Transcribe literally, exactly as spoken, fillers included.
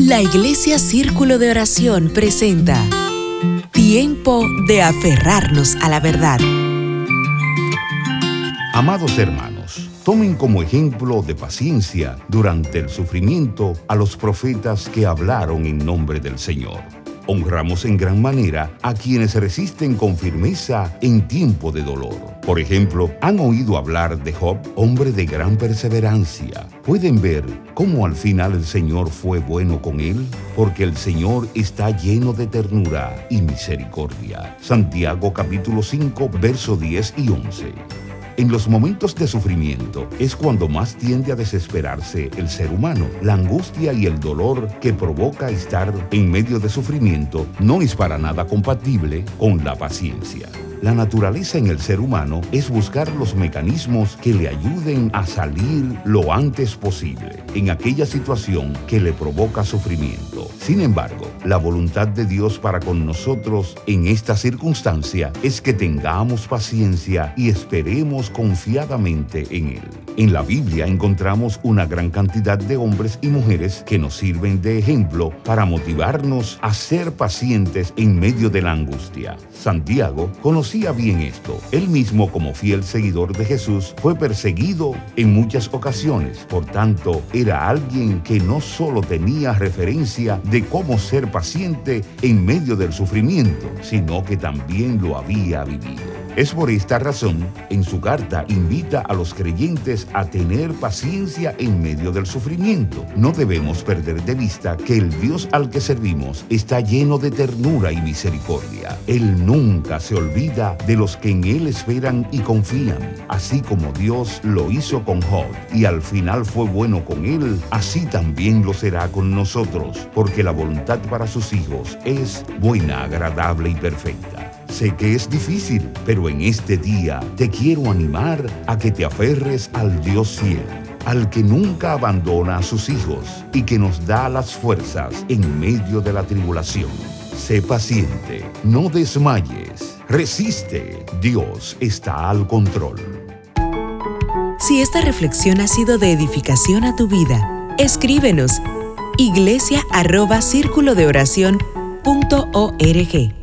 La Iglesia Círculo de Oración presenta Tiempo de aferrarnos a la verdad. Amados hermanos, tomen como ejemplo de paciencia durante el sufrimiento a los profetas que hablaron en nombre del Señor. Honramos en gran manera a quienes resisten con firmeza en tiempo de dolor. Por ejemplo, ¿han oído hablar de Job, hombre de gran perseverancia? ¿Pueden ver cómo al final el Señor fue bueno con él? Porque el Señor está lleno de ternura y misericordia. Santiago capítulo cinco, versos diez y once. En los momentos de sufrimiento es cuando más tiende a desesperarse el ser humano. La angustia y el dolor que provoca estar en medio de sufrimiento no es para nada compatible con la paciencia. La naturaleza en el ser humano es buscar los mecanismos que le ayuden a salir lo antes posible en aquella situación que le provoca sufrimiento. Sin embargo, la voluntad de Dios para con nosotros en esta circunstancia es que tengamos paciencia y esperemos confiadamente en Él. En la Biblia encontramos una gran cantidad de hombres y mujeres que nos sirven de ejemplo para motivarnos a ser pacientes en medio de la angustia. Santiago conocía bien esto. Él mismo, como fiel seguidor de Jesús, fue perseguido en muchas ocasiones. Por tanto, era alguien que no solo tenía referencia de cómo ser paciente en medio del sufrimiento, sino que también lo había vivido. Es por esta razón, en su carta invita a los creyentes a tener paciencia en medio del sufrimiento. No debemos perder de vista que el Dios al que servimos está lleno de ternura y misericordia. Él nunca se olvida de los que en Él esperan y confían. Así como Dios lo hizo con Job y al final fue bueno con él, así también lo será con nosotros, porque la voluntad para sus hijos es buena, agradable y perfecta. Sé que es difícil, pero en este día te quiero animar a que te aferres al Dios fiel, al que nunca abandona a sus hijos y que nos da las fuerzas en medio de la tribulación. Sé paciente, no desmayes, resiste, Dios está al control. Si esta reflexión ha sido de edificación a tu vida, escríbenos iglesia arroba círculo de oración punto org.